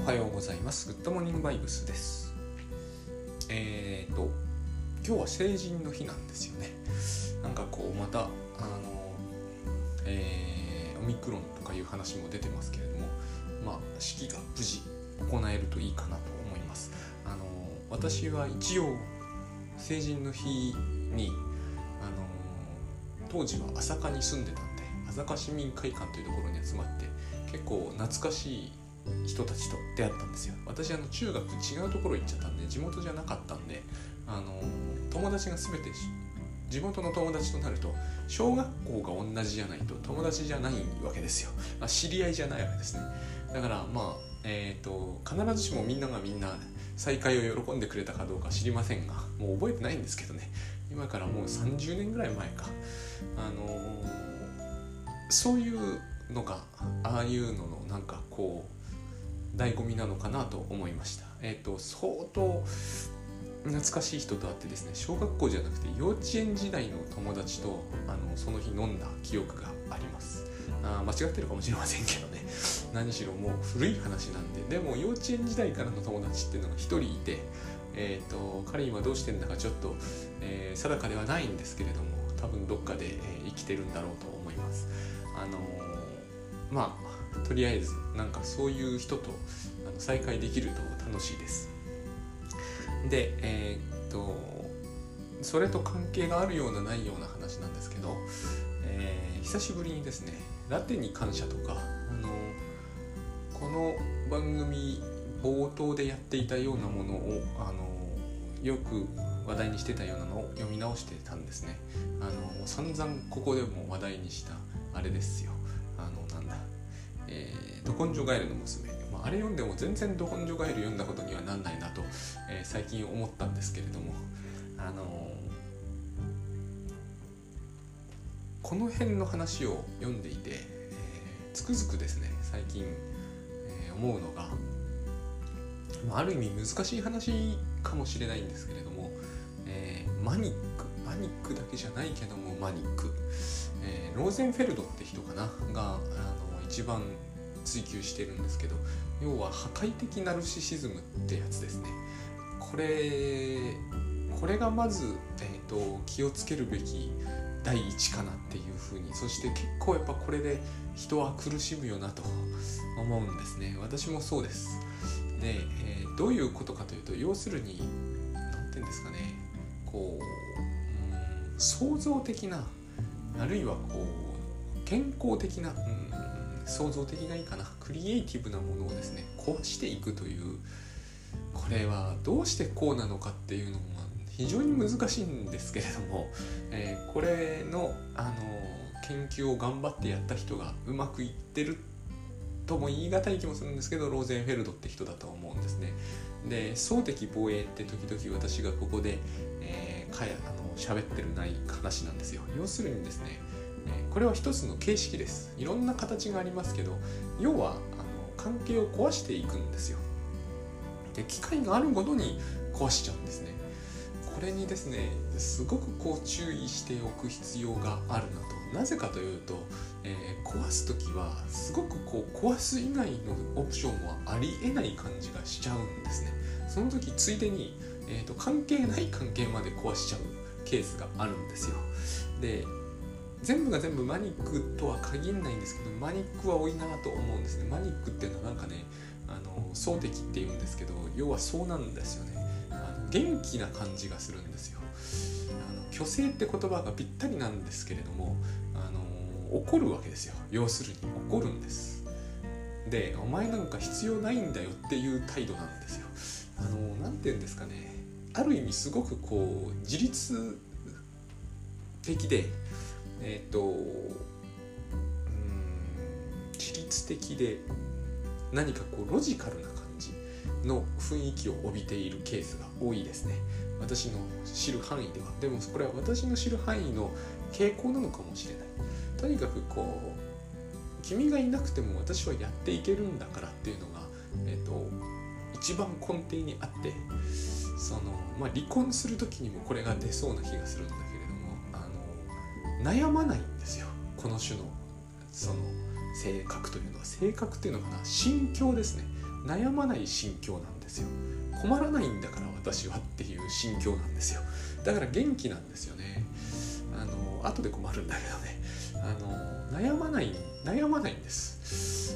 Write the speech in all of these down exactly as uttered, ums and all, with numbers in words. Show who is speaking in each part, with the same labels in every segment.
Speaker 1: はようございます。グッドモーニングバイブスです。えーと今日は成人の日なんですよね。なんかこうまたあの、えー、オミクロンとかいう話も出てますけれども、まあ式が無事行えるといいかなと思います。あの私は一応成人の日にあの当時は朝霞に住んでたんで、朝霞市民会館というところに集まって結構懐かしい人たちと出会ったんですよ。私あの中学違うところ行っちゃったんで、地元じゃなかったんで、あの友達が全て地元の友達となると小学校が同じじゃないと友達じゃないわけですよ。まあ、知り合いじゃないわけですね。だからまあえーと必ずしもみんながみんな再会を喜んでくれたかどうか知りませんが、もう覚えてないんですけどね。今からもうさんじゅうねんぐらい前か。あのー、そういうのがああいうののなんかこう醍醐味なのかなと思いました。えっと相当懐かしい人と会ってですね、小学校じゃなくて幼稚園時代の友達とあのその日飲んだ記憶があります。あ間違ってるかもしれませんけどね。何しろもう古い話なんで。でも幼稚園時代からの友達っていうのが一人いて、えっと彼今どうしてんだかちょっと、えー、定かではないんですけれども、多分どっかで、えー、生きてるんだろうと思います。あのー、まあとりあえずなんかそういう人とあの再会できると楽しいです。で、えー、っとそれと関係があるようなないような話なんですけど、えー、久しぶりにですね、ラテに感謝とか、あのこの番組冒頭でやっていたようなものをあのよく話題にしてたようなのを読み直してたんですね。あの散々ここでも話題にしたあれですよ。あのなんだえー、ど根性ガエルの娘、まあ、あれ読んでも全然ど根性ガエル読んだことにはなんないなと、えー、最近思ったんですけれども、あのー、この辺の話を読んでいて、えー、つくづくですね最近、えー、思うのが、まあ、ある意味難しい話かもしれないんですけれども、えー、マニックマニックだけじゃないけどもマニック、えー、ローゼンフェルドって人かながあの一番追求してるんですけど、要は破壊的ナルシシズムってやつですね。これこれがまず、えーと、気をつけるべき第一かなっていうふうに、そして結構やっぱこれで人は苦しむよなと思うんですね。私もそうです。で、えー、どういうことかというと、要するになんていうんですかね、こう、うん、創造的な、あるいはこう健康的な、うん創造的がいいかな、クリエイティブなものをですね壊していくという、これはどうしてこうなのかっていうのも非常に難しいんですけれども、えー、これの、あの研究を頑張ってやった人がうまくいってるとも言い難い気もするんですけど、ローゼンフェルドって人だと思うんですね。で、総的防衛って時々私がここで、えー、かやあの喋ってるない話なんですよ。要するにですね、これは一つの形式です。いろんな形がありますけど、要はあの関係を壊していくんですよ。で、機会があるごとに壊しちゃうんですね。これにですね、すごくこう注意しておく必要があるなと。なぜかというと、えー、壊すときはすごくこう壊す以外のオプションはありえない感じがしちゃうんですね。その時ついでに、えーと、関係ない関係まで壊しちゃうケースがあるんですよ。で、全部が全部マニックとは限らないんですけど、マニックは多いなと思うんですね。マニックっていうのはなんかね、あの壮的って言うんですけど、要はそうなんですよね。あの元気な感じがするんですよ。あの虚勢って言葉がぴったりなんですけれども、あの怒るわけですよ。要するに怒るんです。で、お前なんか必要ないんだよっていう態度なんですよ。あのなんて言うんですかね、ある意味すごくこう自律的で、えっと、うーん自律的で何かこうロジカルな感じの雰囲気を帯びているケースが多いですね。私の知る範囲では。でもこれは私の知る範囲の傾向なのかもしれない。とにかくこう君がいなくても私はやっていけるんだからっていうのが、えっと、一番根底にあって、その、まあ、離婚する時にもこれが出そうな気がするんだけれども、悩まないんですよ。この種のその性格というのは、性格っていうのかな、心境ですね。 悩まない心境なんですよ。困らないんだから私はっていう心境なんですよ。だから元気なんですよね。あの後で困るんだけどね、あの悩まない悩まないんです。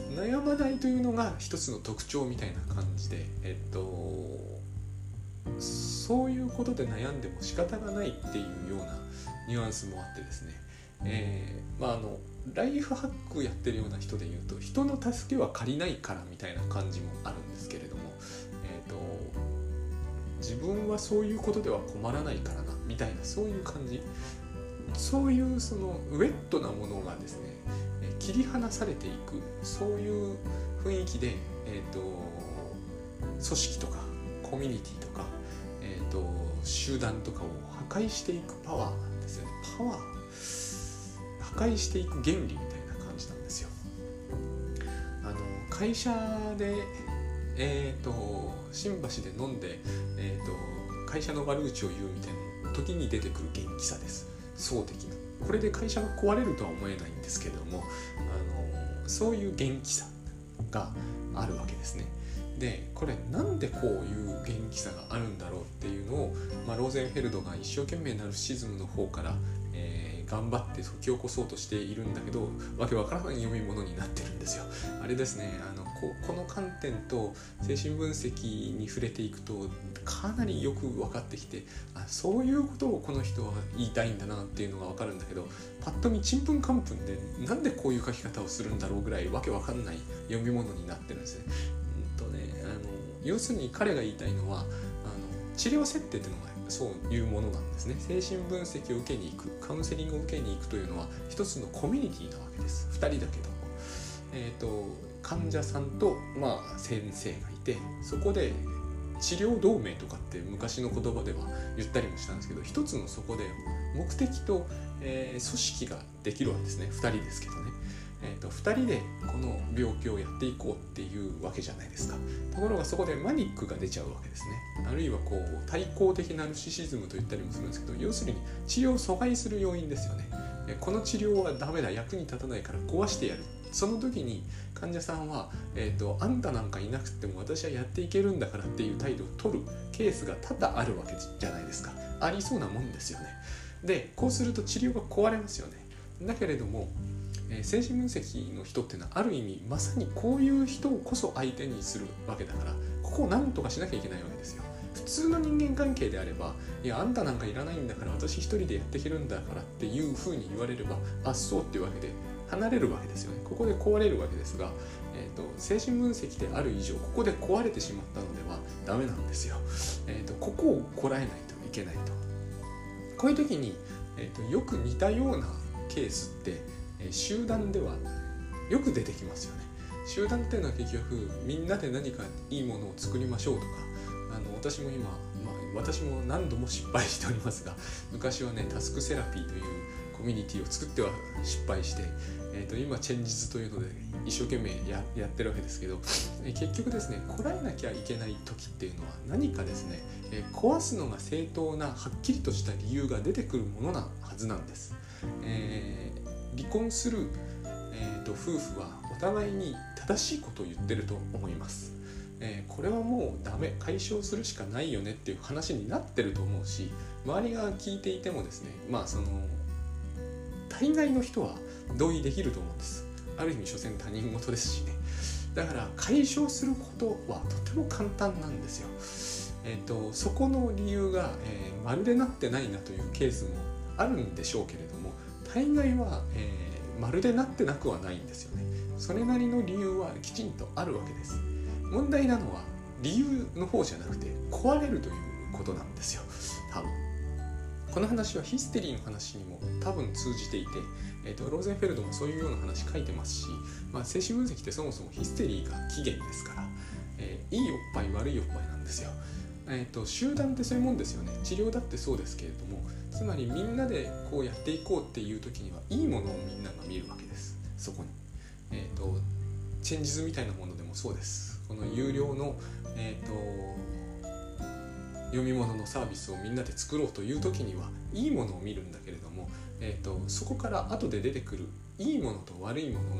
Speaker 1: 悩まないというのが一つの特徴みたいな感じで、えっとそういうことで悩んでも仕方がないっていうようなニュアンスもあってですね、えー、まああのライフハックやってるような人で言うと、人の助けは借りないからみたいな感じもあるんですけれども、えーと、自分はそういうことでは困らないからなみたいな、そういう感じ、そういうそのウェットなものがですね、切り離されていく、そういう雰囲気で、えーと、組織とかコミュニティとか、えーと、集団とかを破壊していくパワーなんですよね。パワー破壊していく原理みたいな感じなんですよ。あの会社で、えー、と新橋で飲んで、えー、と会社の悪口を言うみたいな時に出てくる元気さです。層的な。これで会社が壊れるとは思えないんですけれども、あのそういう元気さがあるわけですね。でこれなんでこういう元気さがあるんだろうっていうのを、まあ、ローゼンフェルドが一生懸命ナルシシズムの方から、えー頑張って解き起こそうとしているんだけど、わけわからない読み物になってるんですよ。あれですね、あの こ, この観点と精神分析に触れていくとかなりよく分かってきて、あそういうことをこの人は言いたいんだなっていうのが分かるんだけど、パッと見ちんぷんかんぷんでなんでこういう書き方をするんだろうぐらいわけわかんない読み物になってるんですね。うんとねあの要するに彼が言いたいのは、あの治療設定っていうのがそういうものなんですね。精神分析を受けに行く、カウンセリングを受けに行くというのは一つのコミュニティなわけです。ふたりだけど、えーと、患者さんと、まあ、先生がいて、そこで治療同盟とかって昔の言葉では言ったりもしたんですけど、一つのそこで目的と、えー、組織ができるわけですね。ふたりですけどね、えーと、ふたりでこの病気をやっていこうっていうわけじゃないですか。ところがそこでマニックが出ちゃうわけですね。あるいはこう対抗的なナルシシズムと言ったりもするんですけど、要するに治療を阻害する要因ですよね。えこの治療はダメだ、役に立たないから壊してやる。その時に患者さんは、えーと、あんたなんかいなくても私はやっていけるんだからっていう態度を取るケースが多々あるわけじゃないですか。ありそうなもんですよね。でこうすると治療が壊れますよね。だけれどもえー、精神分析の人っていうのはある意味まさにこういう人をこそ相手にするわけだから、ここを何とかしなきゃいけないわけですよ。普通の人間関係であれば、いやあんたなんかいらないんだから私一人でやっていけるんだからっていうふうに言われれば、あそうっていうわけで離れるわけですよね。ここで壊れるわけですが、えーと、精神分析である以上ここで壊れてしまったのではダメなんですよ。えーと、ここをこらえないといけないと。こういう時に、えーと、よく似たようなケースって集団ではよく出てきますよね。集団っていうのは結局みんなで何かいいものを作りましょうとか、あの私も今、まあ、私も何度も失敗しておりますが、昔はねタスクセラピーというコミュニティを作っては失敗して、えー、と今チェンジズというので一生懸命 や, やってるわけですけど、え結局ですねこらえなきゃいけない時っていうのは何かですね、えー、壊すのが正当なはっきりとした理由が出てくるものなはずなんです。えー離婚する、えー、と夫婦はお互いに正しいことを言ってると思います。えー、これはもうダメ、解消するしかないよねっていう話になってると思うし、周りが聞いていてもですね、まあその大概の人は同意できると思うんです。ある意味所詮他人事ですしね。だから解消することはとても簡単なんですよ。えー、とそこの理由が、えー、まるでなってないなというケースもあるんでしょうけれども、大概は、えー、まるでなってなくはないんですよね。それなりの理由はきちんとあるわけです。問題なのは理由の方じゃなくて壊れるということなんですよ。多分この話はヒステリーの話にも多分通じていて、えーと、ローゼンフェルドもそういうような話書いてますし、まあ、精神分析ってそもそもヒステリーが起源ですから、えー、いいおっぱい悪いおっぱいなんですよ。えーと、集団ってそういうもんですよね。治療だってそうですけれども、つまりみんなでこうやっていこうっていう時にはいいものをみんなが見るわけです。そこに、えーと、チェンジズみたいなものでもそうです。この有料の、えーと、読み物のサービスをみんなで作ろうという時にはいいものを見るんだけれども、えーと、そこから後で出てくるいいものと悪いものが、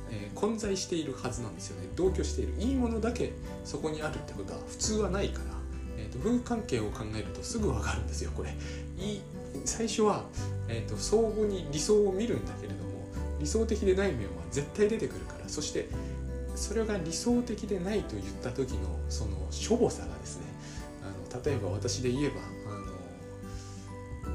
Speaker 1: えー、混在しているはずなんですよね。同居しているいいものだけそこにあるってことは普通はないから、えー、と夫婦関係を考えるとすぐ分かるんですよ。これいい最初は、えー、と相互に理想を見るんだけれども、理想的でない面は絶対出てくるから、そしてそれが理想的でないと言った時のそのしょぼさがですね、あの例えば私で言えばあの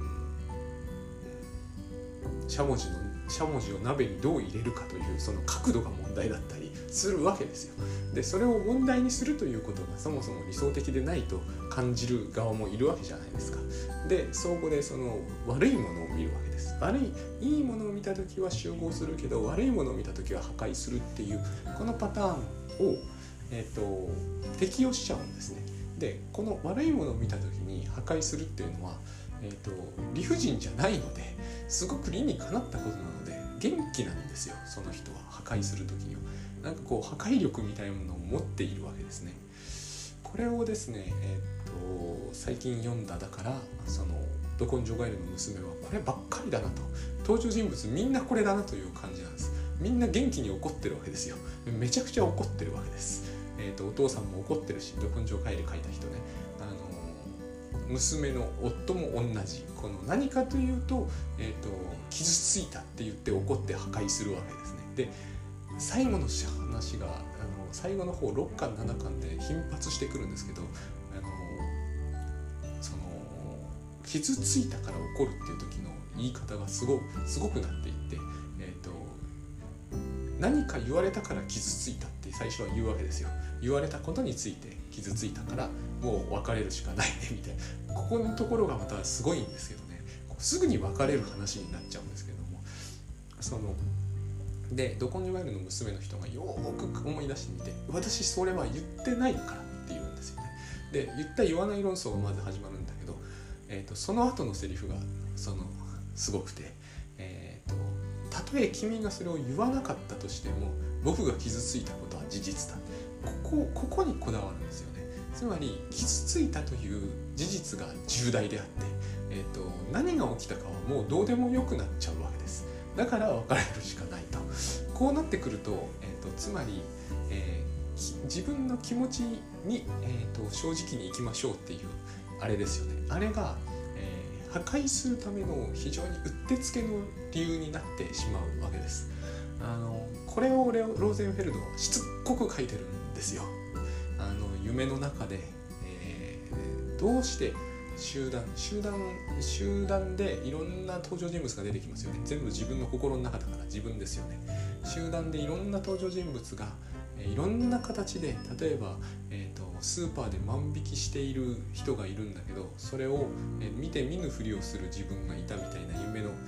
Speaker 1: うんしゃもじのしゃもじを鍋にどう入れるかというその角度が問題だったりするわけですよ。でそれを問題にするということがそもそも理想的でないと感じる側もいるわけじゃないですか。で相互でその悪いものを見るわけです。悪いいいものを見たときは集合するけど、悪いものを見たときは破壊するっていうこのパターンを、えー、と適用しちゃうんですね。でこの悪いものを見たときに破壊するっていうのは、えー、と理不尽じゃないのですごく理にかなったことなので元気なんですよ。その人は破壊するときにはなんかこう破壊力みたいなものを持っているわけですね。これをですね、えー、と最近読んだだからそのど根性ガエルの娘はこればっかりだなと、登場人物みんなこれだなという感じなんです。みんな元気に怒ってるわけですよ。めちゃくちゃ怒ってるわけです。えー、とお父さんも怒ってるし、ど根性ガエル書いた人ね、あのー、娘の夫も同じ。この何かというと、えー、と傷ついたって言って怒って破壊するわけですね。で最後の話があの最後の方ろっかんななかんで頻発してくるんですけど、あのその傷ついたから怒るっていう時の言い方がすごすごくなっていって、えー、と何か言われたから傷ついたって最初は言うわけですよ。言われたことについて傷ついたからもう別れるしかないねみたいな、ここのところがまたすごいんですけどね、すぐに別れる話になっちゃうんですけども、そのでど根性ガエルの娘の人がよーく思い出してみて、私それは言ってないからって言うんですよね。で言った言わない論争がまず始まるんだけど、えー、とその後のセリフがそのすごくて、えー、とたとえ君がそれを言わなかったとしても僕が傷ついたことは事実だ、ここ、ここにこだわるんですよね。つまり傷ついたという事実が重大であって、えー、と何が起きたかはもうどうでもよくなっちゃうわけです。だから別れるしかないと。こうなってくると、えー、とつまり、えー、自分の気持ちに、えー、と正直に生きましょうっていうあれですよね。あれが、えー、破壊するための非常にうってつけの理由になってしまうわけです。あのこれをローゼンフェルドはしつっこく書いてるんですよ。あの夢の中で、えー、どうして集団集団集団でいろんな登場人物が出てきますよね。全部自分の心の中だから自分ですよね。集団でいろんな登場人物がいろんな形で、例えば、えーと、スーパーで万引きしている人がいるんだけど、それを、えー、見て見ぬふりをする自分がいたみたいな夢の、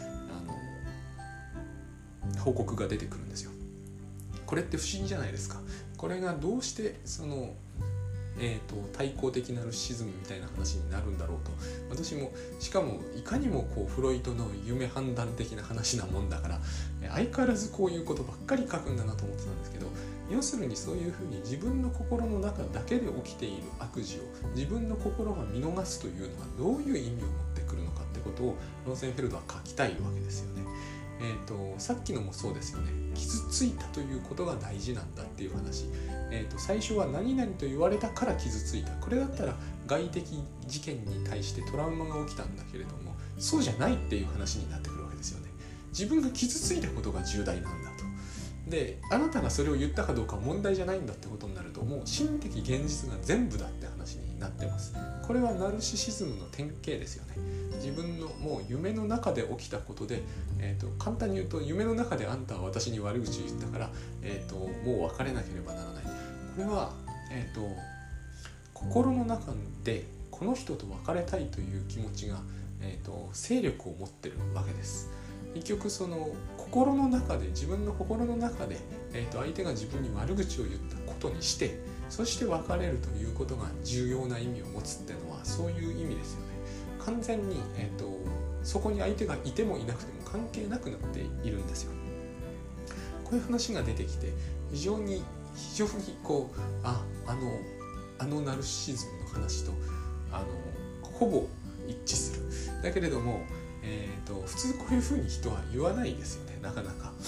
Speaker 1: あの報告が出てくるんですよ。これって不思議じゃないですか。これがどうしてそのえーと、対抗的なルシズムみたいな話になるんだろうと、私もしかもいかにもこうフロイトの夢判断的な話なもんだから、相変わらずこういうことばっかり書くんだなと思ってたんですけど、要するにそういうふうに自分の心の中だけで起きている悪事を自分の心が見逃すというのはどういう意味を持ってくるのかってことをローゼンフェルドは書きたいわけですよね。えーと、さっきのもそうですよね。傷ついたということが大事なんだっていう話。えーと、最初は何々と言われたから傷ついた。これだったら外的事件に対してトラウマが起きたんだけれども、そうじゃないっていう話になってくるわけですよね。自分が傷ついたことが重大なんだと。で、あなたがそれを言ったかどうかは問題じゃないんだってことになると、もう心的現実が全部だって話になってます。これはナルシシズムの典型ですよね。自分のもう夢の中で起きたことで、えーと、簡単に言うと夢の中であんたは私に悪口を言ったから、えーと、もう別れなければならない。これは、えーと、心の中でこの人と別れたいという気持ちが、えーと、勢力を持ってるわけです。結局その心の中で自分の心の中で、えーと、相手が自分に悪口を言ったことにして、そして別れるということが重要な意味を持つっていうのはそういう意味ですよね。完全に、えーと、そこに相手がいてもいなくても関係なくなっているんですよ。こういう話が出てきて非常に非常にこうああのあのナルシズムの話とあのほぼ一致する。だけれども、えーと、普通こういうふうに人は言わないですよね。なかなか、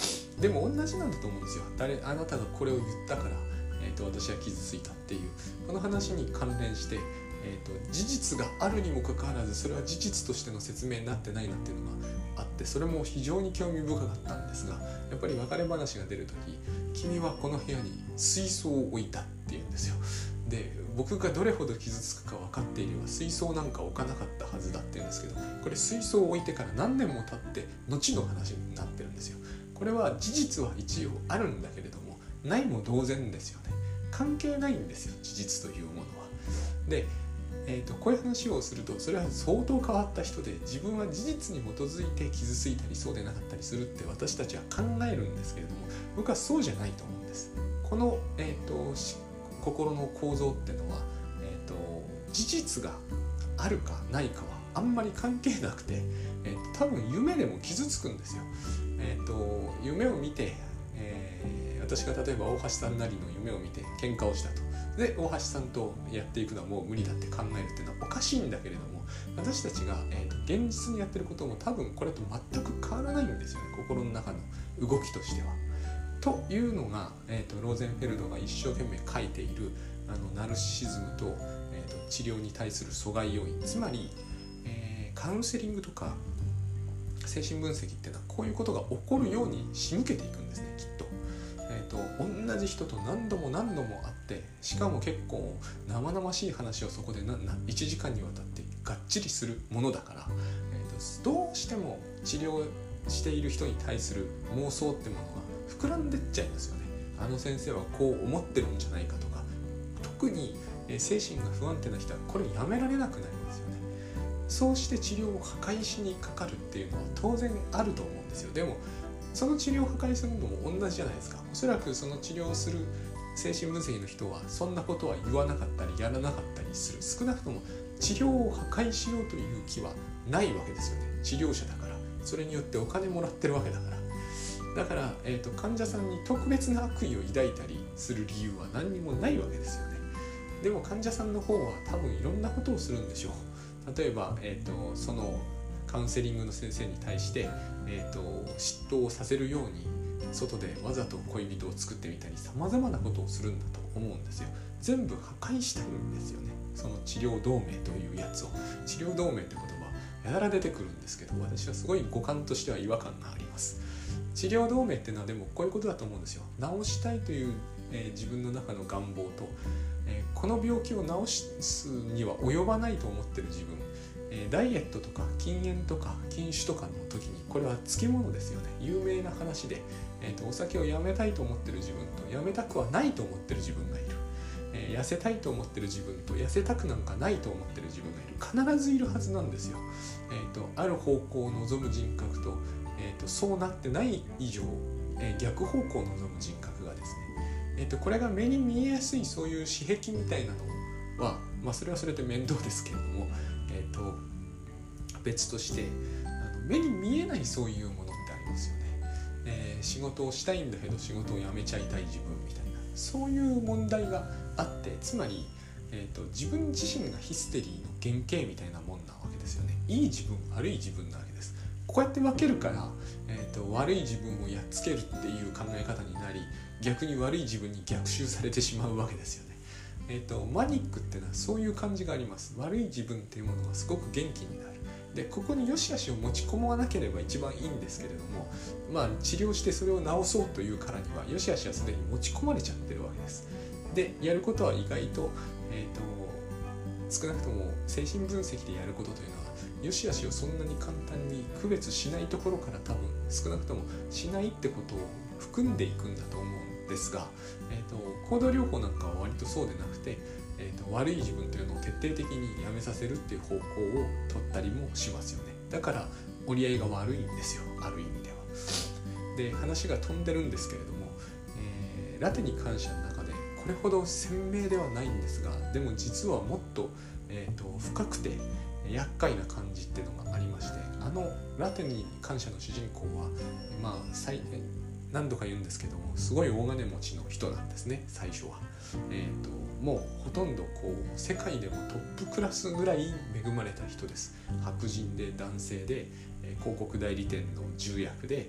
Speaker 1: でも同じなんだと思うんですよ。誰あなたがこれを言ったから、えー、と私は傷ついたっていうこの話に関連して、えー、と事実があるにもかかわらずそれは事実としての説明になってないなっていうのがあって、それも非常に興味深かったんですが、やっぱり別れ話が出るとき、君はこの部屋に水槽を置いたっていうんですよ。で、僕がどれほど傷つくか分かっていれば水槽なんか置かなかったはずだって言うんですけど、これ水槽を置いてから何年も経って後の話になってるんですよ。これは事実は一応あるんだけれどもないも同然ですよね。関係ないんですよ、事実というものは。で、えーと、こういう話をするとそれは相当変わった人で、自分は事実に基づいて傷ついたりそうでなかったりするって私たちは考えるんですけれども、僕はそうじゃないと思うんです。この、えーと、心の構造ってのは、えーと、事実があるかないかはあんまり関係なくて、えーと、多分夢でも傷つくんですよ。えーと、夢を見て、えー、私が例えば大橋さんなりの夢を見て喧嘩をしたと。で、大橋さんとやっていくのはもう無理だって考えるっていうのはおかしいんだけれども、私たちが、えーと、現実にやってることも多分これと全く変わらないんですよね、心の中の動きとしては。というのが、えーと、ローゼンフェルドが一生懸命書いているあのナルシシズムと、えーと、治療に対する阻害要因、つまり、えー、カウンセリングとか精神分析っていうのはこういうことが起こるように仕向けていくんですね、きっと。えーと、同じ人と何度も何度も会って、しかも結構生々しい話をそこでなないちじかんにわたってがっちりするものだから、えーと、どうしても治療している人に対する妄想ってものが膨らんでっちゃいますよね。あの先生はこう思ってるんじゃないかとか、特に精神が不安定な人はこれやめられなくなりますよね。そうして治療を破壊しにかかるっていうのは当然あると思うんですよ。でもその治療を破壊するのも同じじゃないですか。おそらくその治療をする精神分析の人はそんなことは言わなかったりやらなかったりする。少なくとも治療を破壊しようという気はないわけですよね。治療者だから、それによってお金もらってるわけだから。だから、えーと、患者さんに特別な悪意を抱いたりする理由は何にもないわけですよね。でも患者さんの方は多分いろんなことをするんでしょう。例えば、えーと、そのカウンセリングの先生に対して、えーと、嫉妬をさせるように外でわざと恋人を作ってみたり、さまざまなことをするんだと思うんですよ。全部破壊したいんですよね、その治療同盟というやつを。治療同盟って言葉やたら出てくるんですけど、私はすごい五感としては違和感があります。治療同盟っていうのはでもこういうことだと思うんですよ。治したいという、えー、自分の中の願望と、えー、この病気を治すには及ばないと思ってる自分、えー、ダイエットとか禁煙とか禁酒とかの時にこれはつきものですよね。有名な話で、えーと、お酒をやめたいと思ってる自分とやめたくはないと思ってる自分がいる、えー、痩せたいと思ってる自分と痩せたくなんかないと思ってる自分がいる。必ずいるはずなんですよ。えーと、ある方向を望む人格と、えーと、そうなってない以上、えー、逆方向を望む人格がですね、えーと、これが目に見えやすいそういう私癖みたいなのは、まあ、それはそれで面倒ですけれども、えーと、別としてあの目に見えないそういうものってありますよね。えー、仕事をしたいんだけど仕事を辞めちゃいたい自分みたいな、そういう問題があって、つまり、えーと、自分自身がヒステリーの原型みたいなもんなわけですよね。いい自分悪い自分なわけです。こうやって分けるから、えーと、悪い自分をやっつけるっていう考え方になり、逆に悪い自分に逆襲されてしまうわけですよね。えーと、マニックっていうのはそういう感じがあります。悪い自分っていうものがすごく元気になる。で、ここに良し悪しを持ち込まなければ一番いいんですけれども、まあ治療してそれを治そうというからには良し悪しはすでに持ち込まれちゃってるわけです。で、やることは意外と、えーと、少なくとも精神分析でやることというのは良し悪しをそんなに簡単に区別しないところから多分少なくともしないってことを含んでいくんだと思うんですが、えーと、行動療法なんかは割とそうでなくて、えーと、悪い自分というのを徹底的にやめさせるっていう方向を取ったりもしますよね。だから折り合いが悪いんですよ、ある意味では。で、話が飛んでるんですけれども、えー、ラテニ感謝の中でこれほど鮮明ではないんですが、でも実はもっと、えーと、深くて厄介な感じっていうのがありまして、あのラテニ感謝の主人公は、まあ最何度か言うんですけども、すごい大金持ちの人なんですね、最初は。えーと、もうほとんどこう世界でもトップクラスぐらい恵まれた人です。白人で男性で、えー、広告代理店の重役で、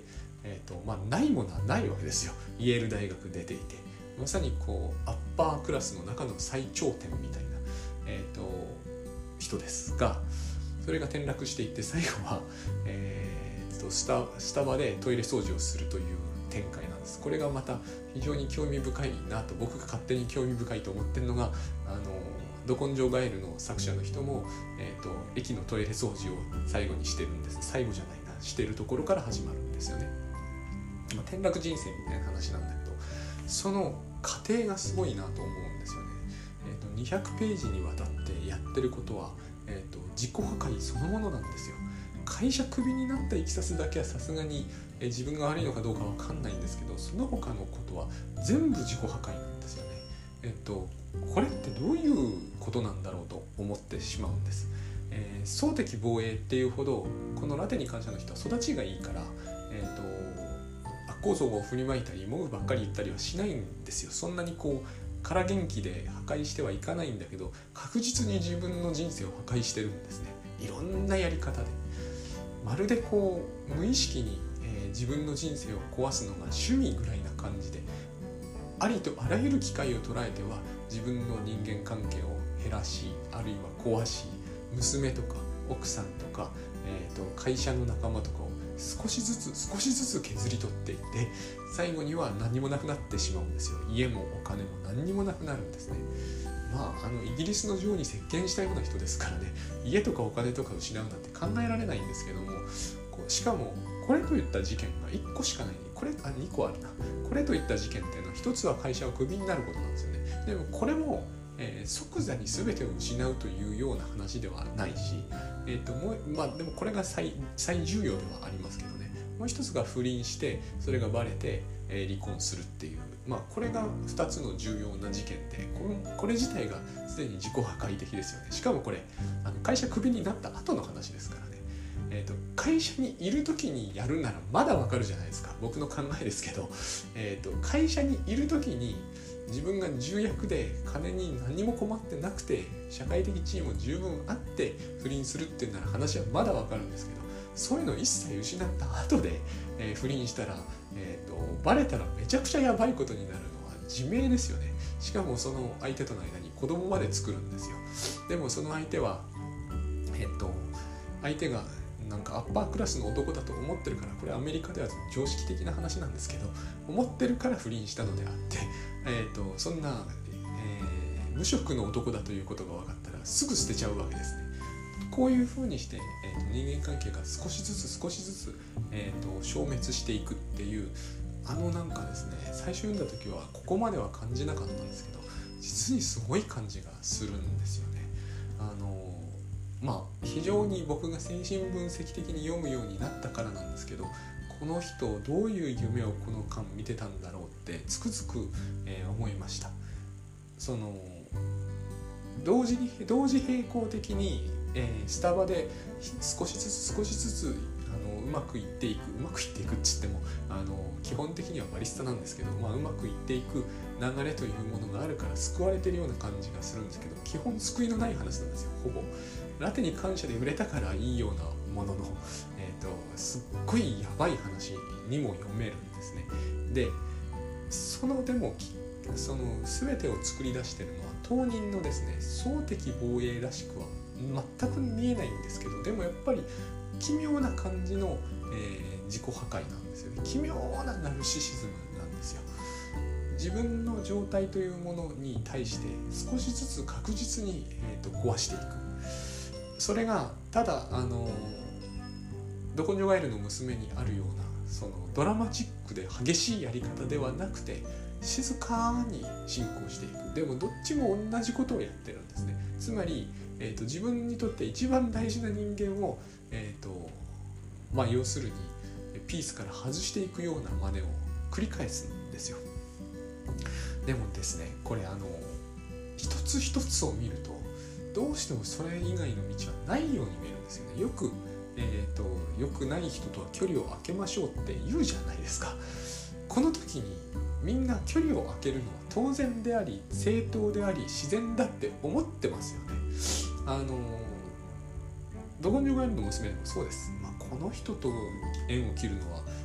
Speaker 1: えーとまあ、ないものはないわけですよ。イェール大学出ていて、まさにこうアッパークラスの中の最頂点みたいな、えー、と人ですが、それが転落していって最後は、えー、とスタ、スタバでトイレ掃除をするという展開なんです。これがまた非常に興味深いなと、僕が勝手に興味深いと思ってるのが、あのど根性ガエルの作者の人も、えー、と駅のトイレ掃除を最後にしてるんです。最後じゃないな、してるところから始まるんですよね。まあ、転落人生みたいな話なんだけど、その過程がすごいなと思うんですよね。えー、とにひゃくページにわたってやってることは、えー、と自己破壊そのものなんですよ。会社クビになったいきさつだけはさすがに、えー、自分が悪いのかどうかわかんないんですけど、その他のことは全部自己破壊なんですよね。えっ、ー、とこれってどういうことなんだろうと思ってしまうんです。えー、総的防衛っていうほどこのラテに感謝の人は育ちがいいから、えー、と悪構造を振りまいたり文句ばっかり言ったりはしないんですよ。そんなにこう空元気で破壊してはいかないんだけど、確実に自分の人生を破壊してるんですね。いろんなやり方で、まるでこう無意識に、えー、自分の人生を壊すのが趣味ぐらいな感じで、ありとあらゆる機会を捉えては自分の人間関係を減らし、あるいは壊し、娘とか奥さんとか、えー、と会社の仲間とかを少しずつ少しずつ削り取っていって、最後には何もなくなってしまうんですよ。家もお金も何にもなくなるんですね。まあ、あのイギリスの女王に接見したような人ですからね、家とかお金とか失うなんて考えられないんですけども、こうしかもこれといった事件がいっこしかない、これあにこあるな。これといった事件っていうのは、一つは会社をクビになることなんですよね。でもこれも、えー、即座に全てを失うというような話ではないし、えーともうまあ、でもこれが 最, 最重要ではありますけどね。もう一つが不倫してそれがバレて、えー、離婚するっていう、まあ、これがふたつの重要な事件で、これ、これ自体がすでに自己破壊的ですよね。しかもこれあの会社クビになった後の話ですからね。えーと、会社にいる時にやるならまだわかるじゃないですか、僕の考えですけど、えーと、会社にいる時に自分が重役で金に何も困ってなくて社会的地位も十分あって不倫するっていうなら話はまだわかるんですけど、そういうのを一切失った後で、えー、不倫したら、えーと、バレたらめちゃくちゃやばいことになるのは自明ですよね。しかもその相手との間に子供まで作るんですよ。でもその相手はえっ、ー、と相手がなんかアッパークラスの男だと思ってるから、これアメリカでは常識的な話なんですけど、思ってるから不倫したのであって、えー、とそんな、えー、無職の男だということが分かったらすぐ捨てちゃうわけですね。こういうふうにして、えー、と人間関係が少しずつ少しずつ、えー、と消滅していくっていう、あのなんかですね、最初読んだ時はここまでは感じなかったんですけど、実にすごい感じがするんですよね。あのまあ非常に僕が精神分析的に読むようになったからなんですけど、この人どういう夢をこの間見てたんだろうってつくづく、えー、思いました。その同時に同時並行的に、えー、スタバで少しずつ少しずつあのうまくいっていくうまくいっていくっつってもあの基本的にはバリスタなんですけど、まあ、うまくいっていく流れというものがあるから救われているような感じがするんですけど、基本救いのない話なんですよ。ほぼラテに感謝で売れたからいいようなものの、えーと、すっごいやばい話にも読めるんですね。で、そのでもその全てを作り出しているのは当人のですね、総的防衛らしくは全く見えないんですけど、でもやっぱり奇妙な感じの、えー、自己破壊なんですよね。奇妙なナルシシズムなんですよ。自分の状態というものに対して少しずつ確実に、えーと、壊していく。それがただあのど根性ガエルの娘にあるようなそのドラマチックで激しいやり方ではなくて、静かに進行していく。でもどっちも同じことをやってるんですね。つまり、えーと、自分にとって一番大事な人間を、えーとまあ、要するにピースから外していくような真似を繰り返すんですよ。でもですね、これあの一つ一つを見るとどうしてもそれ以外の道はないように見えるんですよね。よく、えーと、良くない人とは距離を空けましょうって言うじゃないですか。この時にみんな距離を空けるのは当然であり正当であり自然だって思ってますよね。あのど根性ガエルの娘でもそうです。まあ、この人と縁を切るのは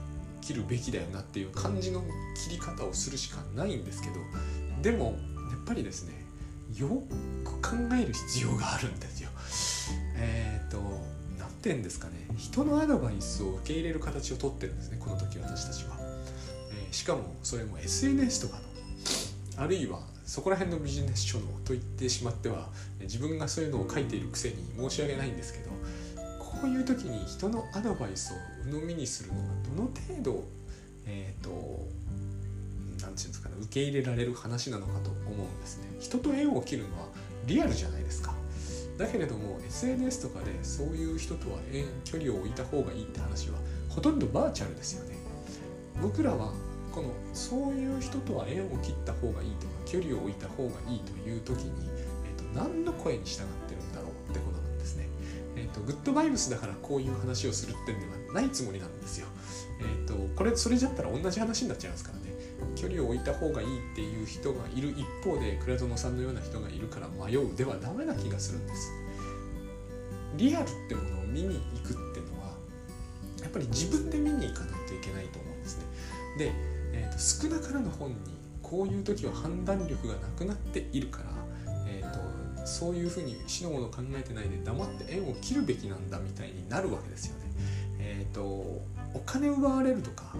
Speaker 1: きるべきだよなっていう感じの切り方をするしかないんですけど、でもやっぱりですね、よく考える必要があるんですよ。えっとなんていうんですかね、人のアドバイスを受け入れる形をとってるんですね、この時私たちは。えー、しかもそれも エスエヌエス とかの、あるいはそこら辺のビジネス書のと言ってしまっては自分がそういうのを書いているくせに申し訳ないんですけど、こういう時に人のアドバイスを鵜呑みにするのがどの程度、えーと、なんていうんですかね、受け入れられる話なのかと思うんですね。人と縁を切るのはリアルじゃないですか。だけれども エスエヌエス とかでそういう人とは縁距離を置いた方がいいって話はほとんどバーチャルですよね。僕らはこのそういう人とは縁を切った方がいいとか距離を置いた方がいいという時に、えーと、何の声に従ってるんだろうってことなんですね。えーと、グッドバイブスだからこういう話をするってんではないつもりなんですよ。えーと、これそれじゃったら同じ話になっちゃいますからね。距離を置いた方がいいっていう人がいる一方で倉園さんのような人がいるから迷うではダメな気がするんです。リアルってものを見に行くっていうのはやっぱり自分で見に行かないといけないと思うんですね。で、えーと、少なからぬ本にこういう時は判断力がなくなっているから、えーと、そういうふうに死のものを考えてないで黙って縁を切るべきなんだみたいになるわけですよね。えーと、お金奪われるとか、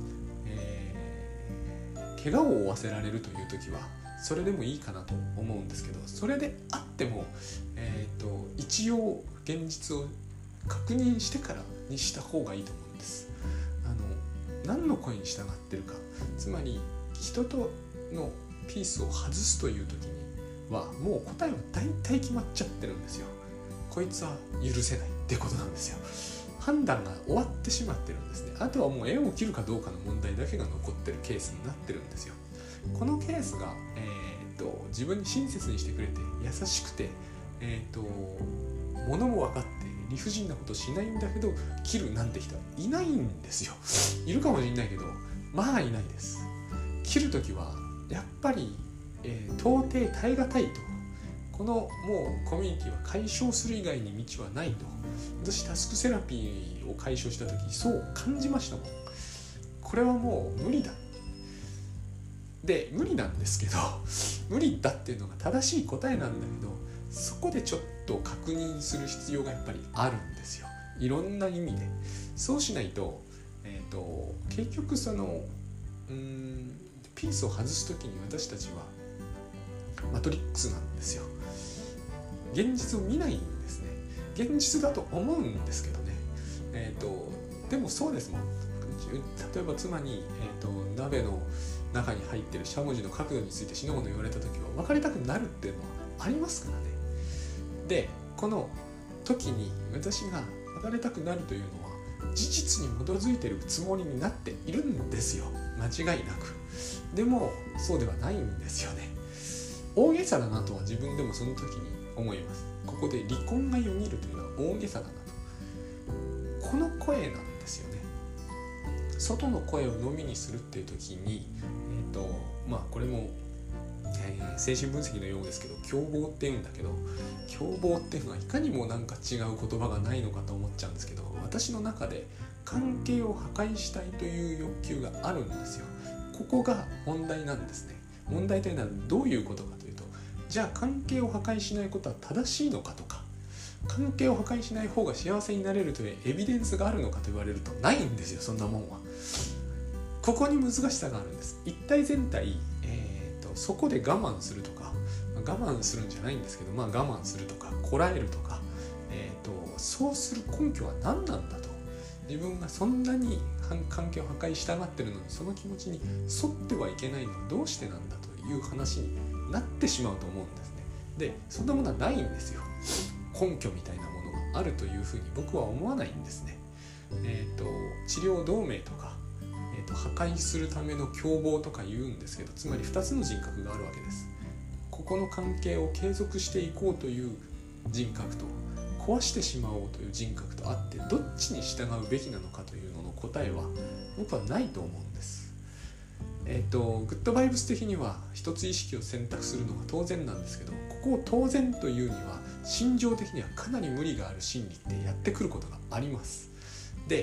Speaker 1: 怪我を負わせられるという時はそれでもいいかなと思うんですけど、それであっても、えーと、一応現実を確認してからにした方がいいと思うんです。あの何の声に従ってるか、つまり人とのピースを外すという時にはもう答えは大体決まっちゃってるんですよ。こいつは許せないってことなんですよ。判断が終わってしまってるんですね。あとはもう縁を切るかどうかの問題だけが残ってるケースになってるんですよ。このケースが、えー、と自分に親切にしてくれて優しくて、えー、と物も分かって理不尽なことしないんだけど切るなんて人はいないんですよ。いるかもしれないけどまあいないです。切るときはやっぱり、えー、到底耐え難いと、このもうコミュニティは解消する以外に道はないと、私タスクセラピーを解消した時そう感じましたもん。これはもう無理だで、無理なんですけど無理だっていうのが正しい答えなんだけど、そこでちょっと確認する必要がやっぱりあるんですよ、いろんな意味で。そうしないと、えーと、結局そのうーんピースを外す時に私たちはマトリックスなんですよ。現実を見ないんですね。現実だと思うんですけどね。えーと、でもそうですもん。例えば妻に、えーと、鍋の中に入ってるしゃもじの角度について死のもの言われた時は別れたくなるっていうのはありますからね。で、この時に私が別れたくなるというのは事実に基づいているつもりになっているんですよ、間違いなく。でもそうではないんですよね。大げさだなとは自分でもその時に思います。ここで離婚がよぎるというのは大げさだなと。この声なんですよね。外の声をのみにするっていう時に、えーとまあこれも、えー、精神分析のようですけど凶暴っていうんだけど、凶暴っていうのはいかにもなんか違う言葉がないのかと思っちゃうんですけど、私の中で関係を破壊したいという欲求があるんですよ。ここが問題なんですね。問題というのはどういうことかというと、じゃあ関係を破壊しないことは正しいのかとか、関係を破壊しない方が幸せになれるというエビデンスがあるのかと言われるとないんですよ、そんなもんは。ここに難しさがあるんです。一体全体、えーと、そこで我慢するとか、我慢するんじゃないんですけど、まあ我慢するとかこらえるとか、えーと、そうする根拠は何なんだと。自分がそんなに関係を破壊したがってるのにその気持ちに沿ってはいけないのはどうしてなんだという話になってしまうと思うんですね。で、そんなものはないんですよ。根拠みたいなものがあるというふうに僕は思わないんですね。えーと、治療同盟とか、えーと、破壊するための凶暴とか言うんですけど、つまりふたつの人格があるわけです。ここの関係を継続していこうという人格と壊してしまおうという人格とあって、どっちに従うべきなのかというのの答えは僕はないと思うんです。えっとグッドバイブス的には一つ意識を選択するのが当然なんですけど、ここを当然というには心情的にはかなり無理がある心理ってやってくることがあります。で、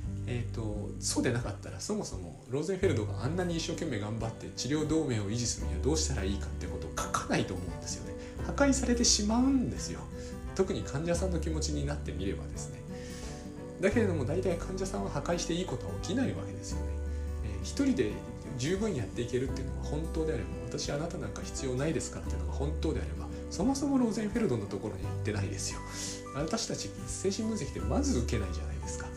Speaker 1: えーと、そうでなかったらそもそもローゼンフェルドがあんなに一生懸命頑張って治療同盟を維持するにはどうしたらいいかってことを書かないと思うんですよね。破壊されてしまうんですよ。特に患者さんの気持ちになってみればですね。だけれども大体患者さんは破壊していいことは起きないわけですよね。えー、一人で十分やっていけるっていうのが本当であれば、私あなたなんか必要ないですかっていうのが本当であれば、そもそもローゼンフェルドのところに行ってないですよ。私たち精神分析ってまず受けないじゃないですか。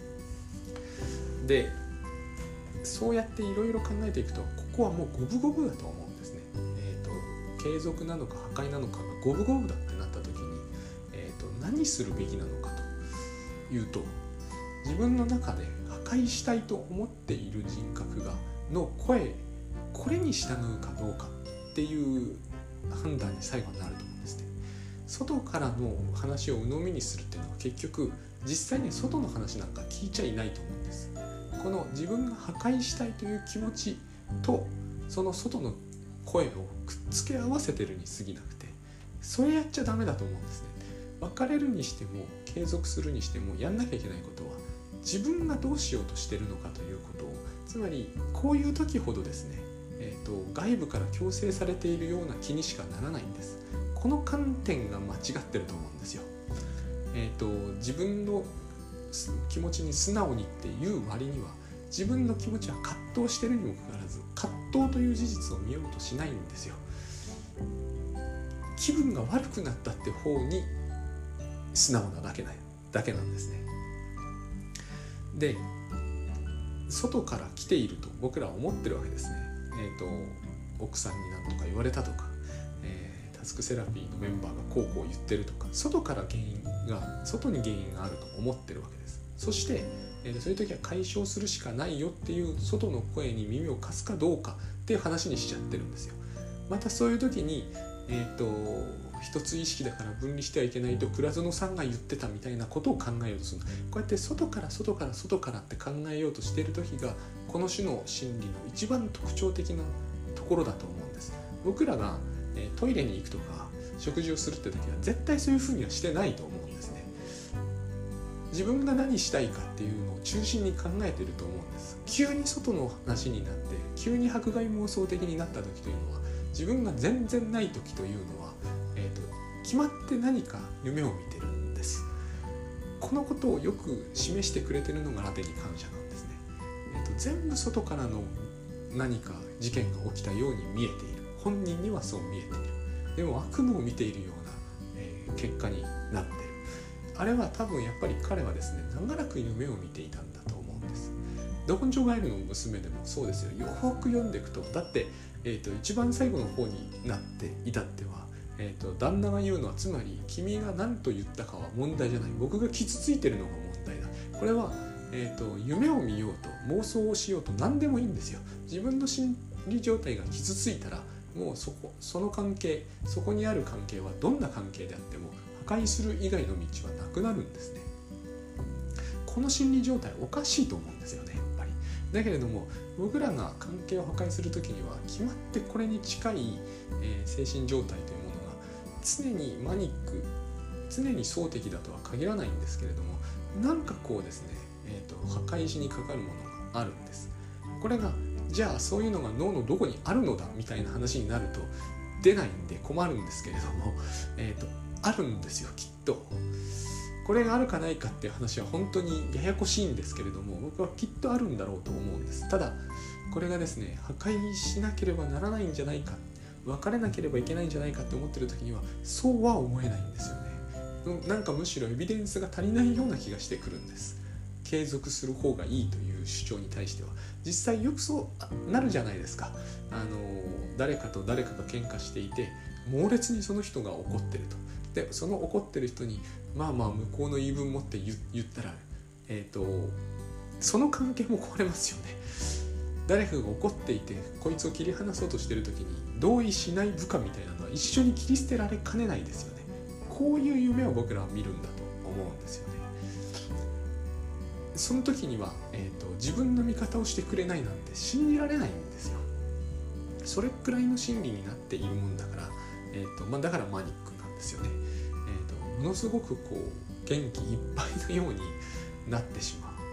Speaker 1: で、そうやっていろいろ考えていくと、ここはもう五分五分だと思うんですね。えーと、継続なのか破壊なのかが五分五分だってなった時に、えーと、何するべきなのかというと、自分の中で破壊したいと思っている人格がの声、これに従うかどうかっていう判断に最後になると思うんですね。外からの話を鵜呑みにするっていうのは結局実際に外の話なんか聞いちゃいないと思うんです。この自分が破壊したいという気持ちとその外の声をくっつけ合わせてるに過ぎなくて、それやっちゃダメだと思うんですね。別れるにしても継続するにしてもやんなきゃいけないことは、自分がどうしようとしてるのかということを、つまりこういう時ほどですね、えーと、外部から強制されているような気にしかならないんです。この観点が間違ってると思うんですよ。えーと、自分の気持ちに素直にっていう割には、自分の気持ちは葛藤してるにもかかわらず、葛藤という事実を見ようとしないんですよ。気分が悪くなったって方に素直なだけなだけなんですね。で、外から来ていると僕らは思ってるわけですね。えーと、奥さんに何とか言われたとか、えー、タスクセラピーのメンバーがこうこう言ってるとか、外から原因が外に原因があると思ってるわけです。そして、えー、そういう時は解消するしかないよっていう外の声に耳を貸すかどうかっていう話にしちゃってるんですよ。またそういう時に、えーと、一つ意識だから分離してはいけないと倉園さんが言ってたみたいなことを考えようとする。こうやって外から外から外からって考えようとしている時が、この種の心理の一番特徴的なところだと思うんです。僕らが、えー、トイレに行くとか食事をするって時は絶対そういうふうにはしてないと思うんですね。自分が何したいかっていうのを中心に考えていると思うんです。急に外の話になって急に迫害妄想的になった時というのは、自分が全然ない時というのは、えーと、決まって何か夢を見てるんです。このことをよく示してくれてるのがラテに感謝なんですね。えーと、全部外からの何か事件が起きたように見えている。本人にはそう見えている。でも悪夢を見ているような、えー、結果になっている。あれは多分やっぱり彼はですね、長らく夢を見ていたんだと思うんです。ど根性ガエルの娘でもそうですよ。よく読んでいくと、だって、えーと、一番最後の方になって至っては、えーと、旦那が言うのは、つまり君が何と言ったかは問題じゃない、僕が傷ついてるのが問題だ。これは、えーと、夢を見ようと妄想をしようと何でもいいんですよ。自分の心理状態が傷ついたら、もうそこその関係、そこにある関係はどんな関係であっても破壊する以外の道はなくなるんですね。この心理状態おかしいと思うんですよね、やっぱり。だけれども、僕らが関係を破壊するときには決まってこれに近い、えー、精神状態というものが常にマニック、常に総的だとは限らないんですけれども、なんかこうですね、えーと、破壊しにかかるものがあるんです。これがじゃあそういうのが脳のどこにあるのだみたいな話になると出ないんで困るんですけれども、えーと、あるんですよ、きっと。これがあるかないかっていう話は本当にややこしいんですけれども、僕はきっとあるんだろうと思うんです。ただこれがですね、破壊しなければならないんじゃないか、別れなければいけないんじゃないかって思ってる時にはそうは思えないんですよね。なんかむしろエビデンスが足りないような気がしてくるんです。継続する方がいいという主張に対しては。実際よくそうなるじゃないですか。あの誰かと誰かが喧嘩していて、猛烈にその人が怒ってると。でその怒ってる人にまあまあ向こうの言い分持って言, 言ったら、えーと、その関係も壊れますよね。誰かが怒っていてこいつを切り離そうとしてる時に同意しない部下みたいなのは一緒に切り捨てられかねないですよね。こういう夢を僕らは見るんだと思うんですよね。その時には、えーと、自分の味方をしてくれないなんて信じられないんですよ。それくらいの心理になっているもんだから、えーとまあ、だからマニックなんですよね。えーと、ものすごくこう元気いっぱいのようになってしまう。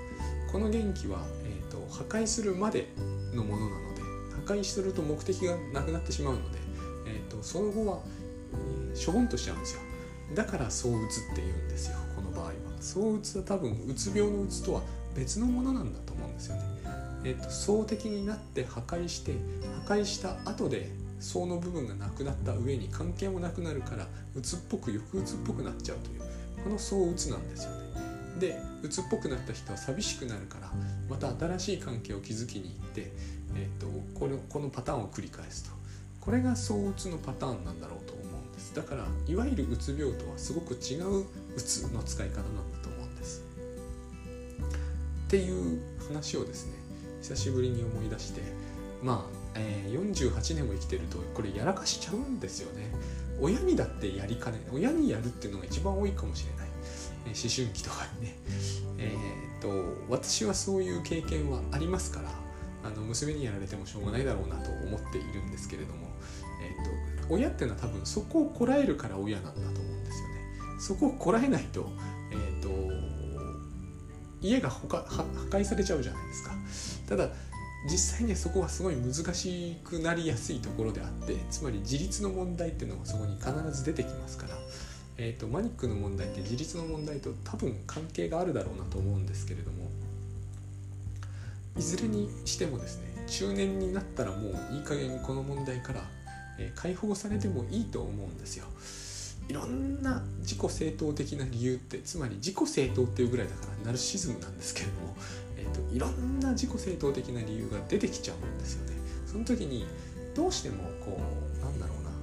Speaker 1: この元気は、えー、と破壊するまでのものなので、破壊すると目的がなくなってしまうので、えー、とその後は、えー、しょぼんとしちゃうんですよ。だから相うつって言うんですよ。この場合は相うつは多分うつ病のうつとは別のものなんだと思うんですよね。えー、と相的になって破壊して、破壊した後で相の部分がなくなった上に関係もなくなるから、うつっぽく抑うつっぽくなっちゃうという、この相うつなんですよね。で、うつっぽくなった人は寂しくなるから、また新しい関係を築きに行って、えー、とこの、このパターンを繰り返すと、これが相うつのパターンなんだろうと思うんです。だからいわゆるうつ病とはすごく違ううつの使い方なんだと思うんです。っていう話をですね、久しぶりに思い出して、まあ、えー、よんじゅうはちねんも生きてるとこれやらかしちゃうんですよね。親にだってやりかねない、親にやるっていうのが一番多いかもしれない、えー、思春期とかにね。えー、と私はそういう経験はありますから、あの娘にやられてもしょうがないだろうなと思っているんですけれども、えー、と親っていうのは多分そこをこらえるから親なんだと思うんですよね。そこをこらえないと、えー、と家が破壊されちゃうじゃないですか。ただ実際にそこはすごい難しくなりやすいところであって、つまり自立の問題っていうのがそこに必ず出てきますから、えー、とマニックの問題って自立の問題と多分関係があるだろうなと思うんですけれども、いずれにしてもですね、中年になったらもういい加減この問題から、えー、解放されてもいいと思うんですよ。いろんな自己正当的な理由って、つまり自己正当っていうぐらいだからナルシズムなんですけれども、えー、といろんな自己正当的な理由が出てきちゃうんですよね。その時にどうしてもこうなんだろうな、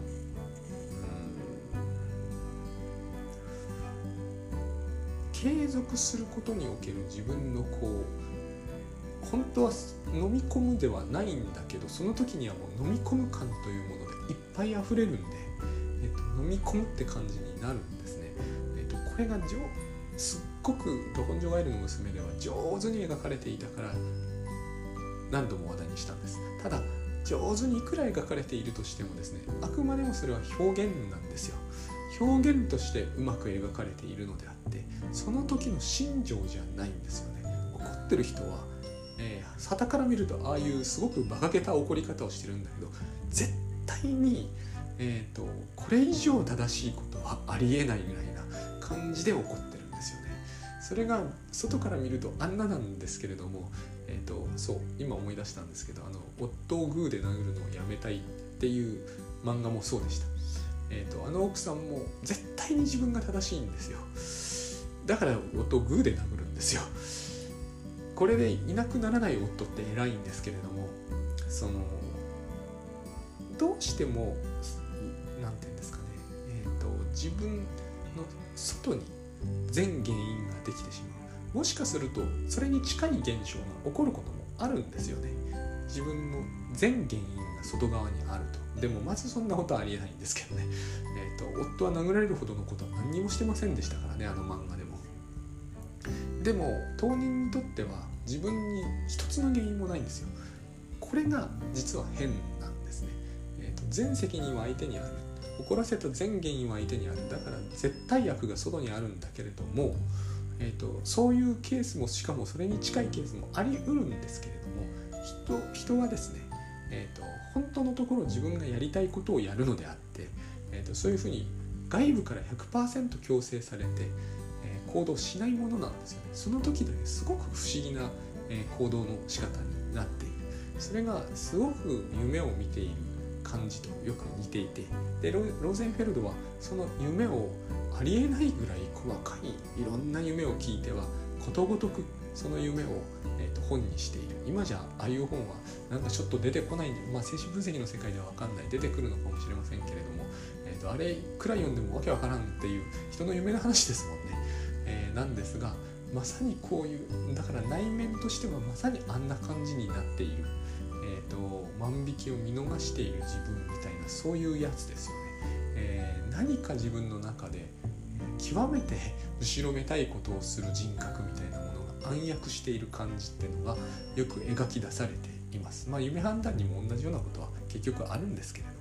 Speaker 1: うーん継続することにおける自分のこう本当は飲み込むではないんだけど、その時にはもう飲み込む感というものでいっぱい溢れるんで、えっと、飲み込むって感じになるんですね。えっと、これがすっごくど根性ガエルの娘では上手に描かれていたから何度も話題にしたんです。ただ上手にいくら描かれているとしてもですね、あくまでもそれは表現なんですよ。表現としてうまく描かれているのであって、その時の心情じゃないんですよね。怒ってる人はえー、傍から見るとああいうすごく馬鹿げた怒り方をしてるんだけど、絶対に、えーと、これ以上正しいことはありえないぐらいな感じで怒ってるんですよね。それが外から見るとあんななんですけれども、えーと、そう今思い出したんですけど、あの夫をグーで殴るのをやめたいっていう漫画もそうでした。えーと、あの奥さんも絶対に自分が正しいんですよ。だから夫をグーで殴るんですよ。これでいなくならない夫って偉いんですけれども、そのどうしてもなんていうんですかね、えーと、自分の外に全原因ができてしまう。もしかするとそれに近い現象が起こることもあるんですよね。自分の全原因が外側にあると。でもまずそんなことはありえないんですけどね。えーと、夫は殴られるほどのことは何にもしてませんでしたからね、あの漫画でも。でも当人にとっては自分に一つの原因もないんですよ。これが実は変なんですね。えーと、全責任は相手にある。怒らせた全原因は相手にある。だから絶対悪が外にあるんだけれども、えーと、そういうケースもしかもそれに近いケースもあり得るんですけれども、人, 人はですね、えーと、本当のところ自分がやりたいことをやるのであって、えーと、そういうふうに外部から ひゃくパーセント 強制されて行動しないものなんですよね。その時だけすごく不思議な行動の仕方になっている。それがすごく夢を見ている感じとよく似ていて、で ロ, ローゼンフェルドはその夢をありえないぐらい細かいいろんな夢を聞いてはことごとくその夢を、えー、と本にしている。今じゃああいう本はなんかちょっと出てこないんで、まあ、精神分析の世界では分かんない、出てくるのかもしれませんけれども、えー、とあれいくら読んでもわけわからんっていう人の夢の話ですもんね。えー、なんですが、まさにこういうだから内面としてはまさにあんな感じになっている、えー、と万引きを見逃している自分みたいな、そういうやつですよね。えー、何か自分の中で極めて後ろめたいことをする人格みたいなものが暗躍している感じっていうのがよく描き出されています。まあ夢判断にも同じようなことは結局あるんですけれど